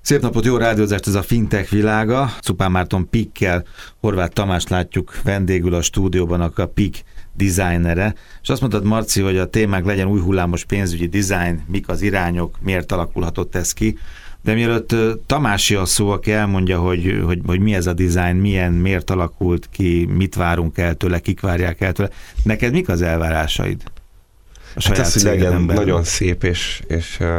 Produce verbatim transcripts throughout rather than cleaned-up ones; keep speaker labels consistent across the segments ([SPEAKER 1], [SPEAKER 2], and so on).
[SPEAKER 1] Szép napot, jó rádiózást, ez a Fintech világa. Czupán Márton Pikkel, Horváth Tamást látjuk vendégül a stúdióban, a Pik designere. És azt mondtad, Marci, hogy a témánk legyen új hullámos pénzügyi design, mik az irányok, miért alakulhatott ez ki. De mielőtt Tamási a szó, aki elmondja, hogy, hogy, hogy mi ez a design, milyen, miért alakult ki, mit várunk el tőle, kik várják el tőle. Neked mik az elvárásaid?
[SPEAKER 2] Hát ez, hogy legyen nagyon szép és, és uh,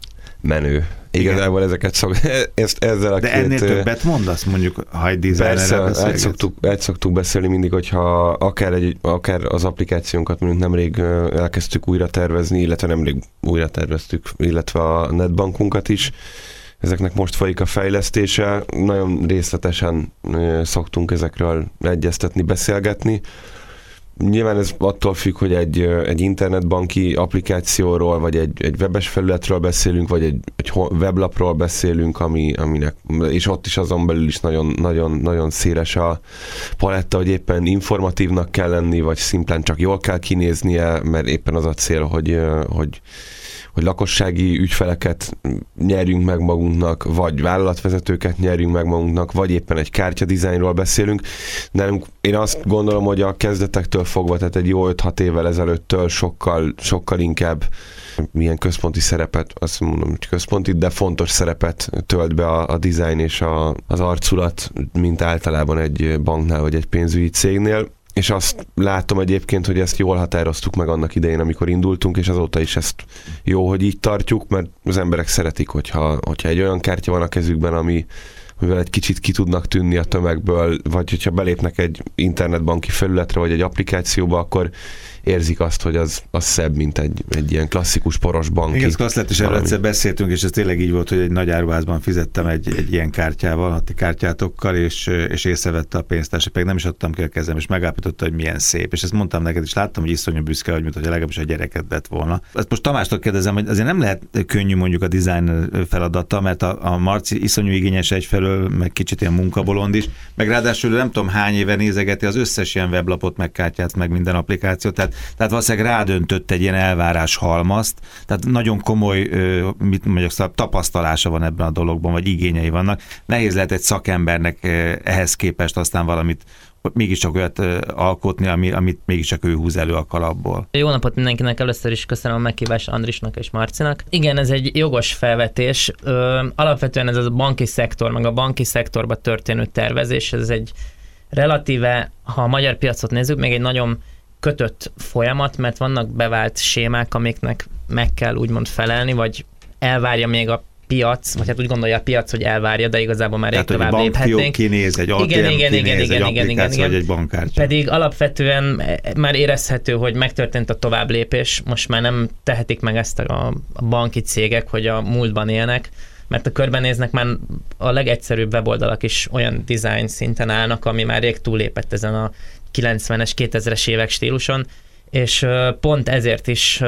[SPEAKER 2] menő. Igazából ezeket szok, ezt, ezzel a
[SPEAKER 1] De
[SPEAKER 2] két,
[SPEAKER 1] ennél többet mondasz, mondjuk, ha egy designerrel
[SPEAKER 2] beszélgetsz? Persze, szoktuk, szoktuk beszélni mindig, hogyha akár, egy, akár az applikációnkat mondjuk nemrég elkezdtük újra tervezni, illetve nemrég újra terveztük, illetve a netbankunkat is. Ezeknek most folyik a fejlesztése. Nagyon részletesen szoktunk ezekről egyeztetni, beszélgetni. Nyilván ez attól függ, hogy egy, egy internetbanki applikációról, vagy egy, egy webes felületről beszélünk, vagy egy, egy weblapról beszélünk, ami, aminek, és ott is azon belül is nagyon, nagyon, nagyon széles a paletta, hogy éppen informatívnak kell lenni, vagy szimplán csak jól kell kinéznie, mert éppen az a cél, hogy, hogy hogy lakossági ügyfeleket nyerjünk meg magunknak, vagy vállalatvezetőket nyerjünk meg magunknak, vagy éppen egy kártyadizájnról beszélünk. Nálunk én azt gondolom, hogy a kezdetektől fogva, tehát egy jó öt-hat évvel ezelőttől sokkal, sokkal inkább milyen központi szerepet, azt mondom, hogy központi, de fontos szerepet tölt be a, a design és a, az arculat, mint általában egy banknál, vagy egy pénzügyi cégnél. És azt látom egyébként, hogy ezt jól határoztuk meg annak idején, amikor indultunk, és azóta is ezt jó, hogy így tartjuk, mert az emberek szeretik, hogyha, hogyha egy olyan kártya van a kezükben, ami, amivel egy kicsit ki tudnak tűnni a tömegből, vagy hogyha belépnek egy internetbanki felületre, vagy egy applikációba, akkor érzik azt, hogy az, az szebb, mint egy, egy ilyen klasszikus poros banki.
[SPEAKER 1] Igen, azt lett is, erről egyszer beszéltünk, és ez tényleg így volt, hogy egy nagy áruházban fizettem egy, egy ilyen kártyával, hati kártyátokkal, és, és észrevette a pénztársa, pedig nem is adtam ki a kezem, és megállapította, hogy milyen szép. És ezt mondtam neked, és láttam, hogy iszonyú büszke vagy, mint hogy legalábbis a gyereket lett volna. Ezt most Tamástól kérdezem, hogy azért nem lehet könnyű mondjuk a design feladata, mert a, a Marci iszonyú igényes egyfelől, meg kicsit ilyen munkabolond is, meg ráadásul nem tudom hány éve nézegeti az összes ilyen weblapot, meg kártyát, meg minden applikációt, tehát Tehát valószínűleg rádöntött egy ilyen elvárás halmazt, tehát nagyon komoly mit mondjak, tapasztalása van ebben a dologban, vagy igényei vannak. Nehéz lehet egy szakembernek ehhez képest aztán valamit mégiscsak olyat alkotni, ami, amit mégiscsak ő húz elő a kalapból.
[SPEAKER 3] Jó napot mindenkinek, először is köszönöm a meghívást Andrisnak és Marcinak. Igen, ez egy jogos felvetés. Ö, alapvetően ez a banki szektor, meg a banki szektorba történő tervezés, ez egy relatíve, ha a magyar piacot nézzük, még egy nagyon kötött folyamat, mert vannak bevált sémák, amiknek meg kell úgymond felelni, vagy elvárja még a piac, vagy hát úgy gondolja a piac, hogy elvárja, de igazából már rég tovább léphetnénk.
[SPEAKER 1] Kinéz, egy á té em
[SPEAKER 3] igen, igen,
[SPEAKER 1] kinéz,
[SPEAKER 3] igen,
[SPEAKER 1] egy
[SPEAKER 3] igen, igen, igen,
[SPEAKER 1] vagy egy bankkártya.
[SPEAKER 3] Pedig alapvetően már érezhető, hogy megtörtént a továbblépés, most már nem tehetik meg ezt a banki cégek, hogy a múltban élnek, mert a körbenéznek, már a legegyszerűbb weboldalak is olyan design szinten állnak, ami már rég túllépett ezen a kilencvenes, kétezres évek stíluson, és pont ezért is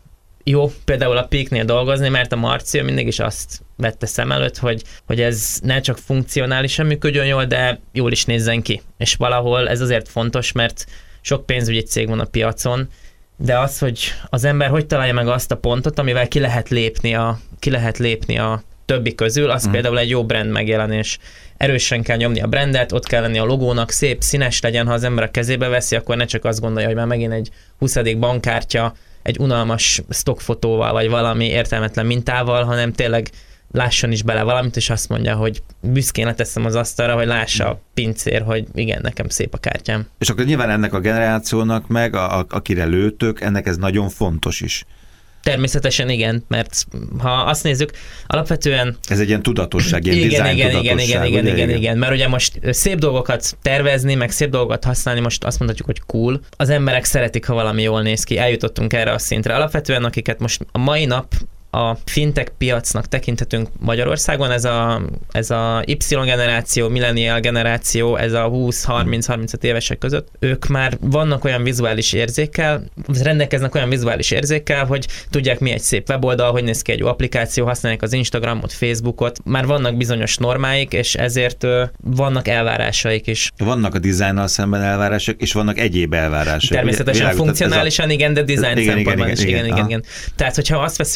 [SPEAKER 3] jó például a Piknél dolgozni, mert a Marci mindig is azt vette szem előtt, hogy, hogy ez ne csak funkcionálisan működjön jól, de jól is nézzen ki. És valahol ez azért fontos, mert sok pénzügyi cég van a piacon, de az, hogy az ember hogy találja meg azt a pontot, amivel ki lehet lépni a, ki lehet lépni a többi közül, az mm. például egy jó brand megjelenés. Erősen kell nyomni a brandet, ott kell lenni a logónak, szép, színes legyen, ha az ember a kezébe veszi, akkor ne csak azt gondolja, hogy már megint egy huszadik bankkártya, egy unalmas stockfotóval, vagy valami értelmetlen mintával, hanem tényleg lásson is bele valamit, és azt mondja, hogy büszkén leteszem az asztalra, hogy lássa a pincér, hogy igen, nekem szép a kártyám.
[SPEAKER 1] És akkor nyilván ennek a generációnak meg, a, a, akire lőtök, ennek ez nagyon fontos is.
[SPEAKER 3] Természetesen igen, mert ha azt nézzük, alapvetően...
[SPEAKER 1] Ez egy ilyen tudatosság, ilyen
[SPEAKER 3] igen,
[SPEAKER 1] design
[SPEAKER 3] igen,
[SPEAKER 1] tudatosság.
[SPEAKER 3] Igen, igen, igen, igen, igen, mert ugye most szép dolgokat tervezni, meg szép dolgokat használni, most azt mondhatjuk, hogy cool. Az emberek szeretik, ha valami jól néz ki, eljutottunk erre a szintre. Alapvetően, akiket most a mai nap a fintech piacnak tekinthetünk Magyarországon, ez a, ez a Y generáció, millennial generáció, ez a húsz-harminc-harmincöt évesek között, ők már vannak olyan vizuális érzékkel, rendelkeznek olyan vizuális érzékkel, hogy tudják, mi egy szép weboldal, hogy néz ki egy jó applikáció, használják az Instagramot, Facebookot, már vannak bizonyos normáik, és ezért ö, vannak elvárásaik is.
[SPEAKER 1] Vannak a dizájnnal szemben elvárások, és vannak egyéb elvárások.
[SPEAKER 3] Természetesen
[SPEAKER 1] Világos,
[SPEAKER 3] funkcionálisan,
[SPEAKER 1] a...
[SPEAKER 3] igen, de design
[SPEAKER 1] igen,
[SPEAKER 3] szempontban
[SPEAKER 1] igen,
[SPEAKER 3] is. Igen,
[SPEAKER 1] igen,
[SPEAKER 3] igen, igen, igen. Tehát, hogyha azt veszük, hogy van egy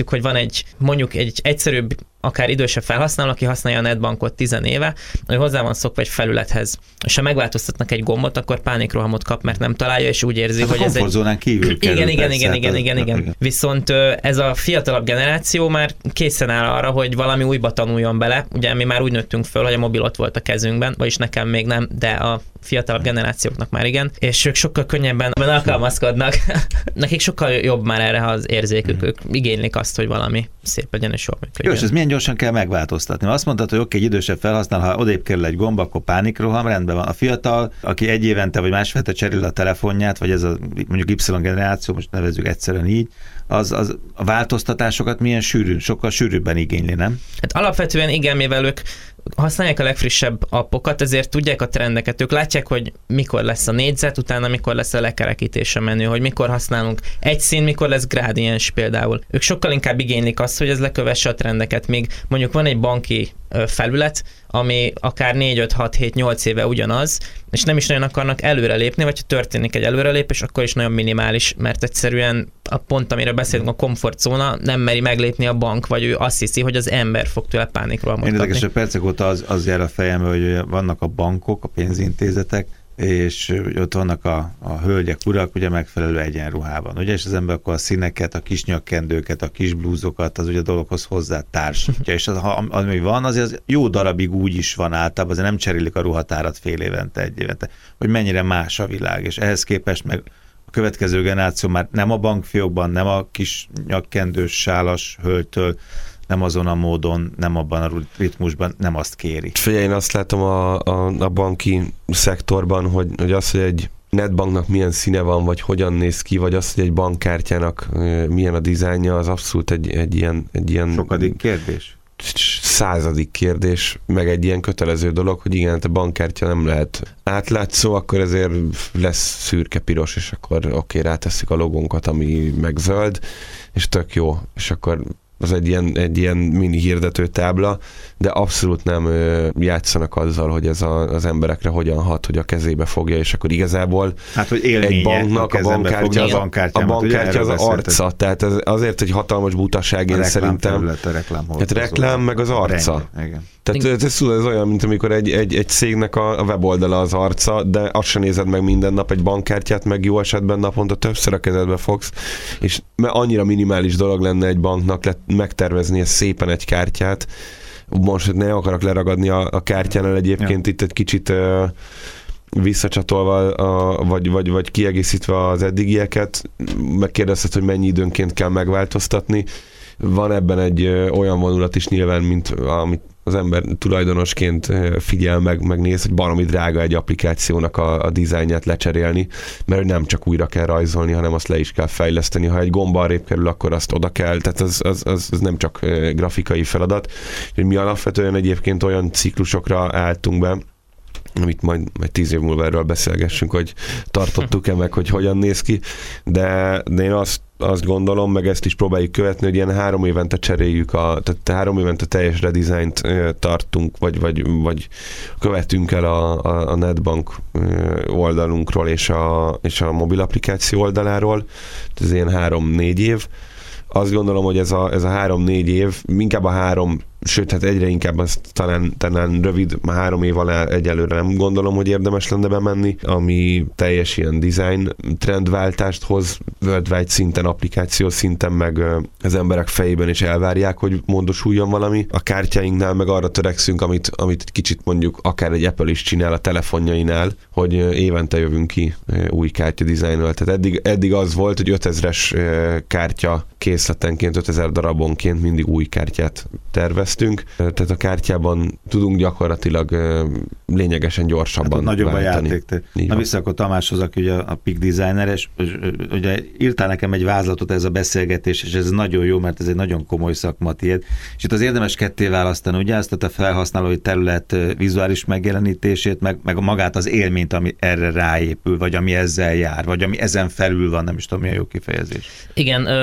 [SPEAKER 3] egy mondjuk egy egyszerűbb, akár idősebb felhasználó, aki használja a netbankot tizen éve, hogy hozzá van szokva egy felülethez, és ha megváltoztatnak egy gombot, akkor pánikrohamot kap, mert nem találja, és úgy érzi,
[SPEAKER 1] hát
[SPEAKER 3] hogy ez egy...
[SPEAKER 1] kívül
[SPEAKER 3] igen,
[SPEAKER 1] kerül,
[SPEAKER 3] igen,
[SPEAKER 1] persze,
[SPEAKER 3] igen,
[SPEAKER 1] hát
[SPEAKER 3] igen,
[SPEAKER 1] az,
[SPEAKER 3] igen,
[SPEAKER 1] az,
[SPEAKER 3] igen.
[SPEAKER 1] igen.
[SPEAKER 3] Viszont ez a fiatalabb generáció már készen áll arra, hogy valami újba tanuljon bele. Ugye mi már úgy nőttünk föl, hogy a mobil ott volt a kezünkben, vagyis nekem még nem, de a fiatalabb generációknak már igen, és ők sokkal könnyebben alkalmazkodnak. Nekik sokkal jobb már erre az érzékük, ők igénylik azt, hogy valami szép legyen és jól működjön.
[SPEAKER 1] Jó, és ez milyen gyorsan kell megváltoztatni? Azt mondtad, hogy oké, egy idősebb felhasználó, ha odébb kerül egy gomb, akkor pánikroham, rendben van. A fiatal, aki egy évente vagy másfél hete cserél a telefonját, vagy ez a mondjuk Y generáció, most nevezzük egyszerűen így, az, az a változtatásokat milyen sűrűn, sokkal sűrűbben igényli, nem?
[SPEAKER 3] Hát alapvetően igen, mivel ők használják a legfrissebb appokat, ezért tudják a trendeket. Ők látják, hogy mikor lesz a négyzet, utána mikor lesz a lekerekítése menő, hogy mikor használunk egy szín, mikor lesz grádiens például. Ők sokkal inkább igénylik azt, hogy ez lekövesse a trendeket. Még mondjuk van egy banki felület, ami akár négy, öt, hat, hét, nyolc éve ugyanaz, és nem is nagyon akarnak előrelépni, vagy ha történik egy előrelépés, akkor is nagyon minimális, mert egyszerűen a pont, amire beszélünk, a komfortzóna nem meri meglépni a bank, vagy ő azt hiszi, hogy az ember fog tőle pánikrohamot kapni.
[SPEAKER 1] Érdekes, hogy percek óta az, az jár a fejembe, hogy vannak a bankok, a pénzintézetek, és ott vannak a, a hölgyek, urak, ugye megfelelő egyenruhában. Ugye, és az ember akkor a színeket, a kis nyakkendőket, a kis blúzokat, az ugye a dologhoz hozzá társítja. És az, ami van, azért az jó darabig úgy is van általában, azért nem cserélik a ruhatárat fél évente, egy évente, hogy mennyire más a világ. És ehhez képest meg a következő generáció már nem a bankfiókban, nem a kis nyakkendős, sálas hölgytől, nem azon a módon, nem abban a ritmusban, nem azt kéri.
[SPEAKER 2] Figyelj, én azt látom a, a, a banki szektorban, hogy, hogy az, hogy egy netbanknak milyen színe van, vagy hogyan néz ki, vagy az, hogy egy bankkártyának milyen a dizájnja, az abszolút egy, egy ilyen... Egy ilyen
[SPEAKER 1] sokadik kérdés?
[SPEAKER 2] Századik kérdés, meg egy ilyen kötelező dolog, hogy igen, a bankkártya nem lehet átlátszó, akkor ezért lesz szürke-piros, és akkor oké, okay, ráteszik a logónkat, ami meg zöld, és tök jó, és akkor az egy ilyen, egy ilyen mini hirdető tábla, de abszolút nem ö, játszanak azzal, hogy ez a, az emberekre hogyan hat, hogy a kezébe fogja, és akkor igazából
[SPEAKER 1] hát, hogy egy banknak a bankkártya az, a
[SPEAKER 2] bankkártya az arca, tehát ez azért egy hatalmas butaság, én szerintem.
[SPEAKER 1] A reklám
[SPEAKER 2] hát reklám, meg az arca. Igen. Tehát ez, ez, ez olyan, mint amikor egy, egy, egy cégnek a, a weboldala az arca, de azt sem nézed meg minden nap egy bankkártyát, meg jó esetben naponta többször a kezedbe fogsz, és annyira minimális dolog lenne egy banknak lett, megtervezni szépen egy kártyát. Most ne akarok leragadni a, a kártyánál egyébként, ja. Itt egy kicsit uh, visszacsatolva, a, vagy, vagy, vagy kiegészítve az eddigieket, megkérdezted, hogy mennyi időnként kell megváltoztatni. Van ebben egy uh, olyan vonulat is nyilván, mint amit az ember tulajdonosként figyel meg, megnéz, hogy baromi drága egy applikációnak a, a dizájnját lecserélni, mert nem csak újra kell rajzolni, hanem azt le is kell fejleszteni. Ha egy gomb arrébb kerül, akkor azt oda kell, tehát az, az, az, az nem csak grafikai feladat. Mi alapvetően egyébként olyan ciklusokra álltunk be, amit majd, majd tíz év múlva erről beszélgessünk, hogy tartottuk-e meg, hogy hogyan néz ki, de, de én azt, azt gondolom, meg ezt is próbáljuk követni, hogy ilyen három évente cseréljük, a, tehát három évente teljes redesignt tartunk, vagy, vagy, vagy követünk el a, a, a netbank oldalunkról és a, és a mobil applikáció oldaláról, ez ilyen három-négy év. Azt gondolom, hogy ez a, ez a három-négy év, inkább a három, sőt, hát egyre inkább az talán, talán rövid, már három év alá egyelőre nem gondolom, hogy érdemes lenne bemenni, ami teljes ilyen design trendváltást hoz, worldwide szinten, applikáció szinten, meg az emberek fejében is elvárják, hogy módosuljon valami. A kártyáinknál meg arra törekszünk, amit, amit kicsit mondjuk akár egy Apple is csinál a telefonjainál, hogy évente jövünk ki új kártya dizájnnal. Tehát eddig, eddig az volt, hogy ötezres kártya készletenként, ötezer darabonként mindig új kártyát terveztünk. Tehát a kártyában tudunk gyakorlatilag lényegesen gyorsabban
[SPEAKER 1] hát nagyobb
[SPEAKER 2] váltani.
[SPEAKER 1] A játék. Na vissza akkor Tamáshoz, aki ugye a Peak Designer, és ugye írtál nekem egy vázlatot ez a beszélgetés, és ez nagyon jó, mert ez egy nagyon komoly szakma tiéd. És itt az érdemes ketté választani, ugye azt a felhasználói terület vizuális megjelenítését, meg, meg magát az élményt, ami erre ráépül, vagy ami ezzel jár, vagy ami ezen felül van, nem is tudom, milyen jó kifejezés.
[SPEAKER 3] Igen, uh, ahogy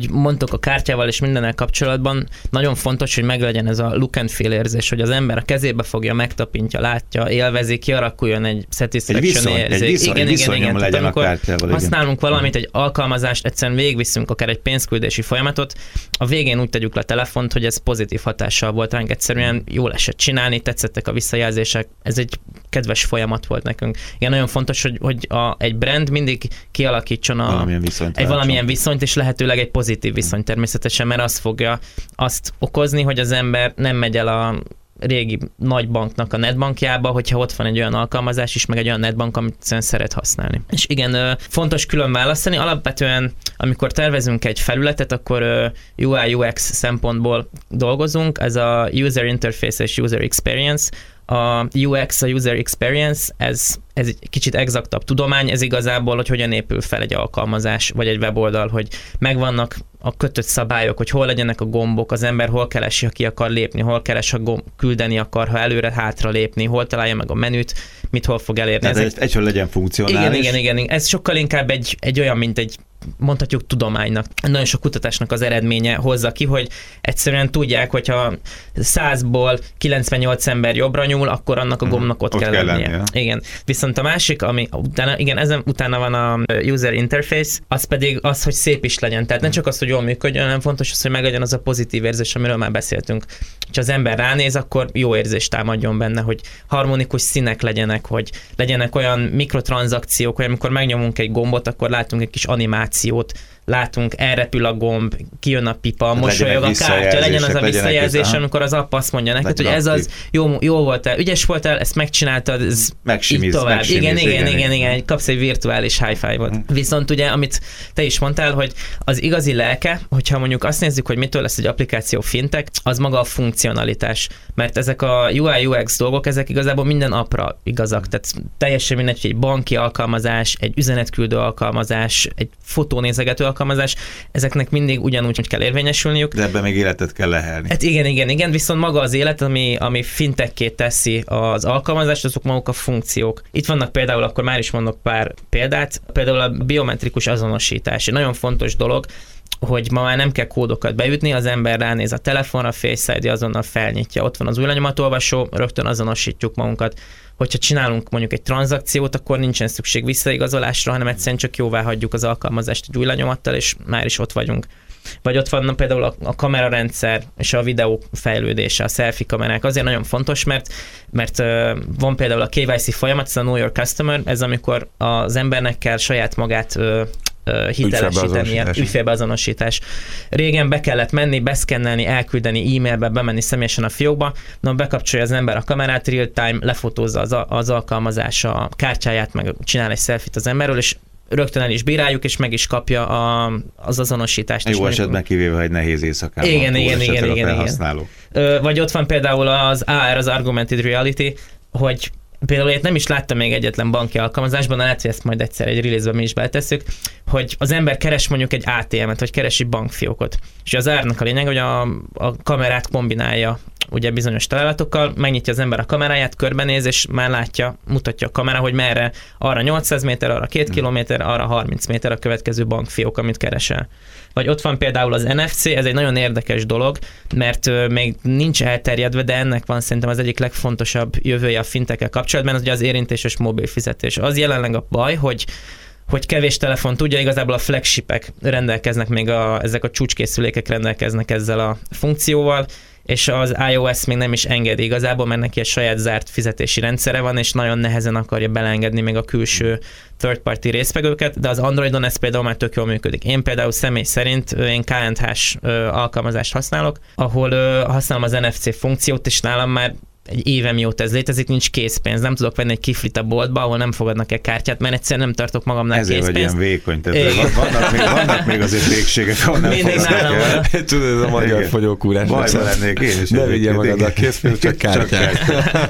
[SPEAKER 3] ahogy mondtuk a kártyával és mindennel kapcsolatban, nagyon fontos, hogy meglegyen ez a look and feel érzés, hogy az ember a kezébe fogja, megtapintja, látja, élvezi, kialakuljon egy satisfaction
[SPEAKER 1] egy
[SPEAKER 3] érzés.
[SPEAKER 1] Egy viszony,
[SPEAKER 3] igen, igen, igen.
[SPEAKER 1] legyen
[SPEAKER 3] Tehát,
[SPEAKER 1] a kártyával.
[SPEAKER 3] használunk igen. valamit, egy alkalmazást, egyszerűen végigviszünk akár egy pénzküldési folyamatot, a végén úgy tegyük le a telefont, hogy ez pozitív hatással volt ránk, egyszerűen jól esett csinálni, tetszettek a visszajelzések, ez egy kedves folyamat volt nekünk. Igen, nagyon fontos, hogy, hogy a, egy brand mindig kialakítson a,
[SPEAKER 1] valamilyen viszonyt,
[SPEAKER 3] egy valamilyen viszonyt, és lehetőleg egy pozitív viszony természetesen, mert az fogja azt okozni, hogy az ember nem megy el a régi nagybanknak a netbankjába, hogyha ott van egy olyan alkalmazás is, meg egy olyan netbank, amit szeret használni. És igen, fontos külön választani. Alapvetően, amikor tervezünk egy felületet, akkor U I U X szempontból dolgozunk, ez a User Interface és User Experience. A U X, a User Experience, ez, ez egy kicsit exaktabb tudomány, ez igazából, hogy hogyan épül fel egy alkalmazás, vagy egy weboldal, hogy megvannak a kötött szabályok, hogy hol legyenek a gombok, az ember hol keresi, ha ki akar lépni, hol keres, ha gomb, küldeni akar, ha előre-hátra lépni, hol találja meg a menüt, mit hol fog elérni.
[SPEAKER 1] Tehát egy, egyhol legyen funkcionális.
[SPEAKER 3] Igen, igen, igen. Ez sokkal inkább egy, egy olyan, mint egy mondhatjuk tudománynak. Nagyon sok kutatásnak az eredménye hozza ki, hogy egyszerűen tudják, hogyha százból kilencvennyolc ember jobbra nyúl, akkor annak a gombnak ott, ott kell, kell lennie. lennie. Igen. Viszont a másik, ami utána, igen, ezen utána van a user interface, az pedig az, hogy szép is legyen. Tehát ne csak az, hogy jól működjön, hanem fontos az, hogy meglegyen az a pozitív érzés, amiről már beszéltünk. Ha az ember ránéz, akkor jó érzést támadjon benne, hogy harmonikus színek legyenek, hogy legyenek olyan mikrotranszakciók, hogy amikor megnyomunk egy gombot, akkor látunk egy kis animációt, látunk, elrepül a gomb, kijön a pipa, mosolyog a kártya, legyen az a visszajelzés, amikor az app azt mondja neked, hogy ez az, jó, jó voltál, ügyes voltál, ezt megcsináltad, ez így tovább. Igen, igen, igen, igen, igen, kapsz egy virtuális high five-ot. Viszont ugye, amit te is mondtál, hogy az igazi lelke, hogyha mondjuk azt nézzük, hogy mitől lesz egy applikáció fintech, az maga a funkcionalitás. Mert ezek a U I U X dolgok, ezek igazából minden appra igazak. Tehát teljesen mindegy, hogy egy banki alkalmazás, egy üzenetküldő alkalmazás, egy fotónézegető alkalmazás, ezeknek mindig ugyanúgy hogy kell érvényesülniük.
[SPEAKER 1] De ebben még életet kell lehelni.
[SPEAKER 3] Hát igen, igen, igen, viszont maga az élet, ami, ami fintechké teszi az alkalmazást, azok maguk a funkciók. Itt vannak például, akkor már is mondok pár példát, például a biometrikus azonosítás. Egy nagyon fontos dolog, hogy ma már nem kell kódokat beütni, az ember ránéz a telefonra, Face I D azonnal felnyitja, ott van az új lenyomatolvasó, rögtön azonosítjuk magunkat. Hogyha csinálunk mondjuk egy tranzakciót, akkor nincsen szükség visszaigazolásra, hanem egyszerűen csak jóvá hagyjuk az alkalmazást egy új lenyomattal, és már is ott vagyunk. Vagy ott van például a, a kamerarendszer és a videó fejlődése, a selfie kamerák. Azért nagyon fontos, mert, mert uh, van például a K Y C folyamat, ez a Know Your Customer, ez amikor az embernek kell saját magát uh, hitelesítenie, ügyfélbeazonosítás. Régen be kellett menni, beszkennelni, elküldeni e-mailbe, bemenni személyesen a fiókba, na bekapcsolja az ember a kamerát, real time, lefotózza az, az alkalmazás a kártyáját, meg csinál egy selfie-t az emberről, és rögtön el is bíráljuk, és meg is kapja a, az azonosítást.
[SPEAKER 1] Jó esetben kivéve, hogy nehéz éjszakában.
[SPEAKER 3] Igen, igen, igen, igen, igen. Vagy ott van például az A R, az Augmented Reality, hogy például én nem is láttam még egyetlen banki alkalmazásban, de lehet, hogy ezt majd egyszer egy release-ben mi is beletesszük, hogy az ember keres mondjuk egy á té em-et, vagy keresi bankfiókot. És az árnak a lényeg, hogy a, a kamerát kombinálja ugye bizonyos találatokkal, megnyitja az ember a kameráját, körbenéz, és már látja, mutatja a kamera, hogy merre, arra nyolcszáz méter, arra két kilométer, arra harminc méter a következő bankfiók, amit keresel. Vagy ott van például az en ef cé, ez egy nagyon érdekes dolog, mert uh, még nincs elterjedve, de ennek van szerintem az egyik legfontosabb jövője a fintekkel kapcsolatban, az ugye az érintéses mobil fizetés. Az jelenleg a baj, hogy hogy kevés telefon tudja, igazából a flagshipek rendelkeznek, még a, ezek a csúcskészülékek rendelkeznek ezzel a funkcióval, és az iOS még nem is engedi igazából, mert neki egy saját zárt fizetési rendszere van, és nagyon nehezen akarja beleengedni még a külső third-party résztvevőket, de az Androidon ez például már tök jól működik. Én például személy szerint én ká en hás alkalmazást használok, ahol használom az en ef cé funkciót, és nálam már egy éve mióta ez létezik, nincs készpénz. Nem tudok venni egy kiflit a boltba, ahol nem fogadnak el kártyát, mert egyszerűen nem tartok magamnál
[SPEAKER 1] ezért
[SPEAKER 3] készpénzt.
[SPEAKER 1] Ezért vagy ilyen vékony. Tehát vannak, még, vannak még azért végségek, ahol nem
[SPEAKER 3] mindig nálam van.
[SPEAKER 2] Tudod, ez a magyar fogyókúrás.
[SPEAKER 1] Bajban lennék én is.
[SPEAKER 2] Ne vigye magad a készpénzt, csak kártyát.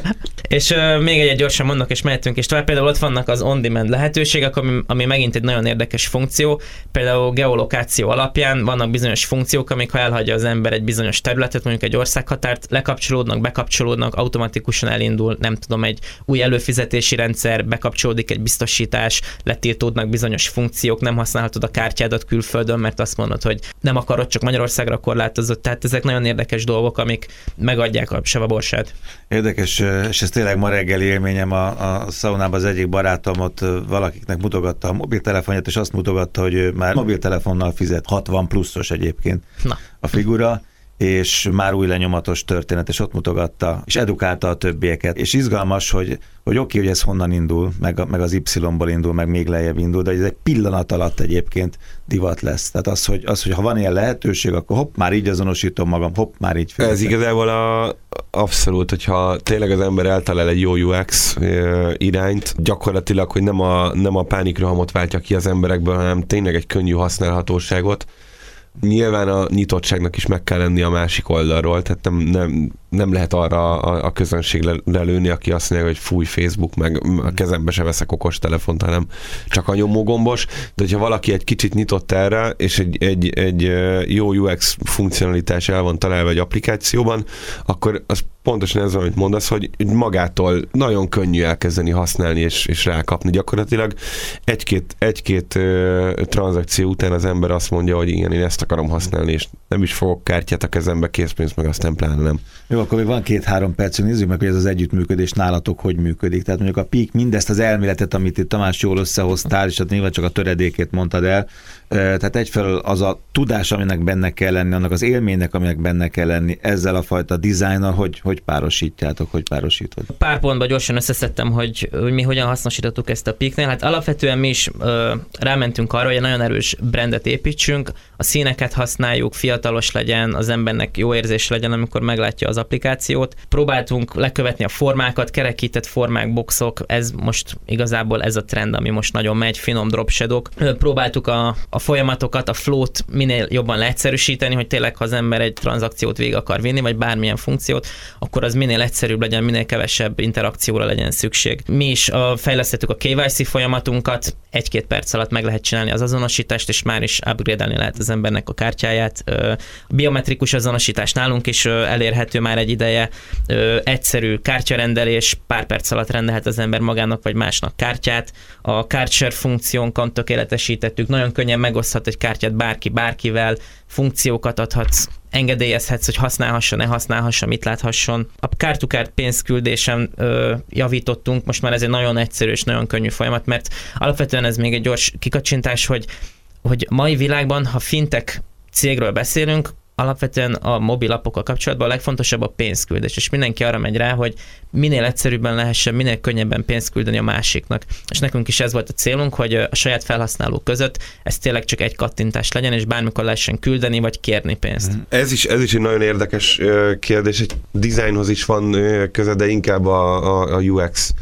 [SPEAKER 3] És uh, még egy gyorsan mondok, és mehetünk is tovább. Például ott vannak az on-demand lehetőségek, ami, ami megint egy nagyon érdekes funkció. Például geolokáció alapján vannak bizonyos funkciók, amik ha elhagyja az ember egy bizonyos területet, mondjuk egy országhatárt, lekapcsolódnak, bekapcsolódnak, automatikusan elindul, nem tudom, egy új előfizetési rendszer, bekapcsolódik egy biztosítás, letiltódnak bizonyos funkciók, nem használhatod a kártyádat külföldön, mert azt mondod, hogy nem akarod, csak Magyarországra korlátozott. Tehát ezek nagyon érdekes dolgok, amik megadják a savaborsát.
[SPEAKER 1] Érdekes, és ez tényleg ma reggeli élményem, a, a szaunában az egyik barátom ott valakiknek mutogatta a mobiltelefonját, és azt mutogatta, hogy már mobiltelefonnal fizet, hatvan pluszos egyébként
[SPEAKER 3] Na.
[SPEAKER 1] a figura, és már új lenyomatos történet, és ott mutogatta, és edukálta a többieket. És izgalmas, hogy, hogy oké, hogy ez honnan indul, meg, meg az Y-ból indul, meg még lejjebb indul, de ez egy pillanat alatt egyébként divat lesz. Tehát az, hogy, az, hogy ha van ilyen lehetőség, akkor hopp, már így azonosítom magam, hopp, már így fizetek.
[SPEAKER 2] Ez igazából a, abszolút, hogyha tényleg az ember eltalál egy jó u iksz irányt, gyakorlatilag, hogy nem a, nem a pánikrohamot váltja ki az emberekből, hanem tényleg egy könnyű használhatóságot. Nyilván a nyitottságnak is meg kell lenni a másik oldalról, tehát nem, nem, nem lehet arra a, a közönség lelőni, aki azt mondja, hogy fúj Facebook, meg a kezembe se veszek okostelefont, hanem csak a nyomógombos, de hogyha valaki egy kicsit nyitott erre, és egy, egy, egy jó u iksz funkcionalitás el van találva egy applikációban, akkor az pontosan ez van, amit mondasz, hogy magától nagyon könnyű elkezdeni használni és, és rákapni. Gyakorlatilag egy-két, egy-két ö, tranzakció után az ember azt mondja, hogy igen, én ezt akarom használni, és nem is fogok kártyát a kezembe, készpénzt meg aztán pláne nem.
[SPEAKER 1] Jó, akkor még van két-három percünk, nézzük meg, hogy ez az együttműködés nálatok hogy működik. Tehát mondjuk a Peak mindezt az elméletet, amit itt Tamás jól összehoztál, és nyilván csak a töredékét mondtad el, tehát egyfelől az a tudás, aminek benne kell lenni, annak az élménynek, aminek benne kell lenni, ezzel a fajta dizájnnal, hogy, hogy párosítjátok, hogy párosítod.
[SPEAKER 3] Pár pontban gyorsan összeszedtem, hogy, hogy mi hogyan hasznosítottuk ezt a Peaknél. Hát alapvetően mi is ö, rámentünk arra, hogy egy nagyon erős brandet építsünk, a színeket használjuk, fiatalos legyen, az embernek jó érzés legyen, amikor meglátja az applikációt. Próbáltunk lekövetni a formákat, kerekített formák, boxok, ez most igazából ez a trend, ami most nagyon megy, finom drop shadow-k. Próbáltuk a, a folyamatokat, a flow-t minél jobban leegyszerűsíteni, hogy tényleg, ha az ember egy tranzakciót végig akar vinni, vagy bármilyen funkciót, akkor az minél egyszerűbb legyen, minél kevesebb interakcióra legyen szükség. Mi is a, fejlesztettük a ké vé cé folyamatunkat, egy-két perc alatt meg lehet csinálni az azonosítást, és már is upgrade-elni lehet az embernek a kártyáját. A biometrikus azonosítás nálunk is elérhető már egy ideje. Egyszerű kártyarendelés, pár perc alatt rendelhet az ember magának vagy másnak kártyát. A cardshare funkciónkon tökéletesítettük, nagyon könnyen megoszthat egy kártyát bárki bárkivel, funkciókat adhatsz, engedélyezhetsz, hogy használhassa, ne használhassa, mit láthasson. A card-to-card pénzküldésen ö, javítottunk, most már ez egy nagyon egyszerű és nagyon könnyű folyamat, mert alapvetően ez még egy gyors kikacsintás, hogy, hogy mai világban, ha fintech cégről beszélünk, alapvetően a mobil appokkal kapcsolatban a legfontosabb a pénzküldés, és mindenki arra megy rá, hogy minél egyszerűbben lehessen, minél könnyebben pénzt küldeni a másiknak. És nekünk is ez volt a célunk, hogy a saját felhasználók között ez tényleg csak egy kattintás legyen, és bármikor lehessen küldeni, vagy kérni pénzt.
[SPEAKER 2] Ez is, ez is egy nagyon érdekes kérdés, egy dizájnhoz is van köze, de inkább a, a, a u iksz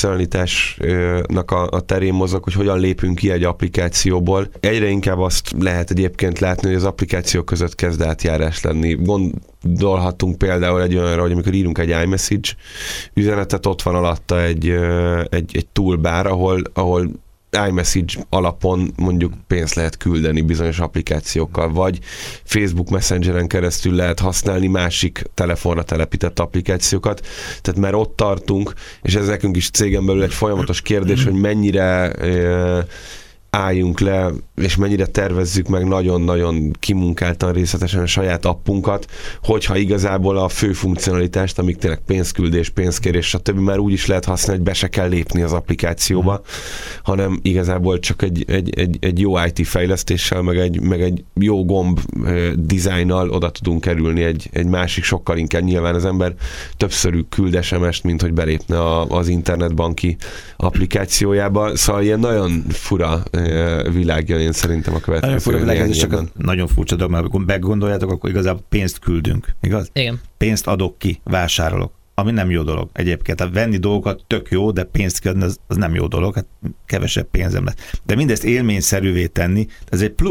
[SPEAKER 2] funkcionalitásnak a, a terén mozog, hogy hogyan lépünk ki egy applikációból. Egyre inkább azt lehet egyébként látni, hogy az applikációk között kezd átjárás lenni. Gondolhatunk például egy olyanra, hogy amikor írunk egy iMessage üzenetet, ott van alatta egy, egy, egy toolbar, ahol, ahol iMessage alapon mondjuk pénzt lehet küldeni bizonyos applikációkkal, vagy Facebook Messengeren keresztül lehet használni másik telefonra telepített applikációkat. Tehát már ott tartunk, és ez nekünk is cégen belül egy folyamatos kérdés, hogy mennyire álljunk le, és mennyire tervezzük meg nagyon-nagyon kimunkáltan részletesen a saját appunkat, hogyha igazából a fő funkcionalitást, amik tényleg pénzküldés, pénzkérés, stb. Már úgy is lehet használni, hogy be se kell lépni az applikációba, mm. hanem igazából csak egy, egy, egy, egy jó i té fejlesztéssel, meg egy, meg egy jó gomb uh, dizájnnal oda tudunk kerülni egy, egy másik, sokkal inkább nyilván az ember többször küld es em est, mint hogy belépne a, az internetbanki applikációjába. Szóval ilyen nagyon fura világ jön én szerintem a következő
[SPEAKER 1] néhány évben. Nagyon furcsa dolog, mert amikor meggondoljátok, akkor igazából pénzt küldünk, igaz?
[SPEAKER 3] Igen.
[SPEAKER 1] Pénzt adok ki, vásárolok, ami nem jó dolog egyébként. Hát venni dolgokat tök jó, de pénzt kiadni az, az nem jó dolog, hát kevesebb pénzem lesz. De mindezt élményszerűvé tenni, ez egy plusz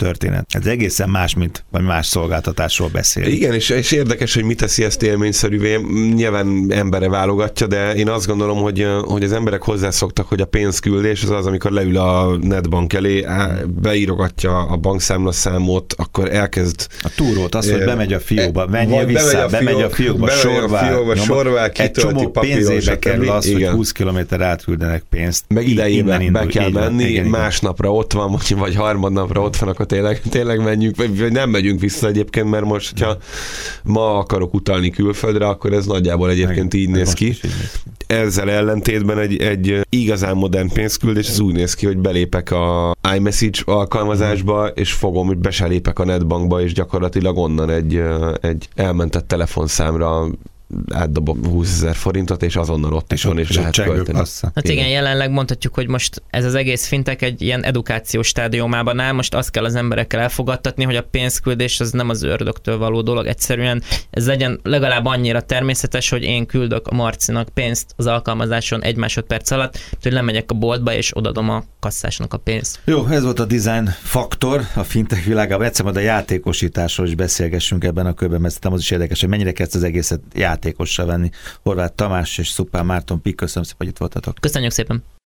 [SPEAKER 1] történet. Ez egészen más, mint vagy más szolgáltatásról beszél.
[SPEAKER 2] Igen, és, és érdekes, hogy mi teszi ezt élményszerűvé. Nyilván embere válogatja, de én azt gondolom, hogy, hogy az emberek hozzászoktak, hogy a pénzküldés az az, amikor leül a netbank elé, beírogatja a bankszámlaszámot, akkor elkezd...
[SPEAKER 1] A túrót, az, hogy bemegy a fiókba, menjél vissza, bemegy a, bemegy a fiókba, sorvál,
[SPEAKER 2] fiókba, sorvál,
[SPEAKER 1] egy csomó pénzébe kerül az, hogy húsz kilométer átküldenek pénzt.
[SPEAKER 2] Meg idejében be kell menni,
[SPEAKER 1] igen,
[SPEAKER 2] másnapra ott van, vagy harmadnapra ott van, akkor tényleg, tényleg menjünk, vagy nem megyünk vissza egyébként, mert most, hogyha ma akarok utalni külföldre, akkor ez nagyjából egyébként meg, így néz ki. Ezzel ellentétben egy, egy igazán modern pénzküldés, ez úgy néz ki, hogy belépek a iMessage alkalmazásba, és fogom, hogy be se lépek a netbankba, és gyakorlatilag onnan egy, egy elmentett telefonszámra átdobok húszezer forintot, és azonnal ott is van, és lehet költeni.
[SPEAKER 3] Hát igen, jelenleg mondhatjuk, hogy most ez az egész fintek egy ilyen edukációs stádiumában áll, most azt kell az emberekkel elfogadtatni, hogy a pénzküldés az nem az ördögtől való dolog, egyszerűen ez legyen legalább annyira természetes, hogy én küldök a Marcinak pénzt az alkalmazáson egy másodperc alatt, hogy lemegyek a boltba, és odadom a kasszásnak a pénzt.
[SPEAKER 1] Jó, ez volt a design faktor a fintech világában. Egyszer majd a játékosításról is beszélgessünk ebben a körben, mert szerintem az is érdekes, hogy mennyire kezd az egészet játékosra venni. Horváth Tamás és Szupán Márton Pik, köszönöm szépen, hogy itt voltatok.
[SPEAKER 3] Köszönjük szépen.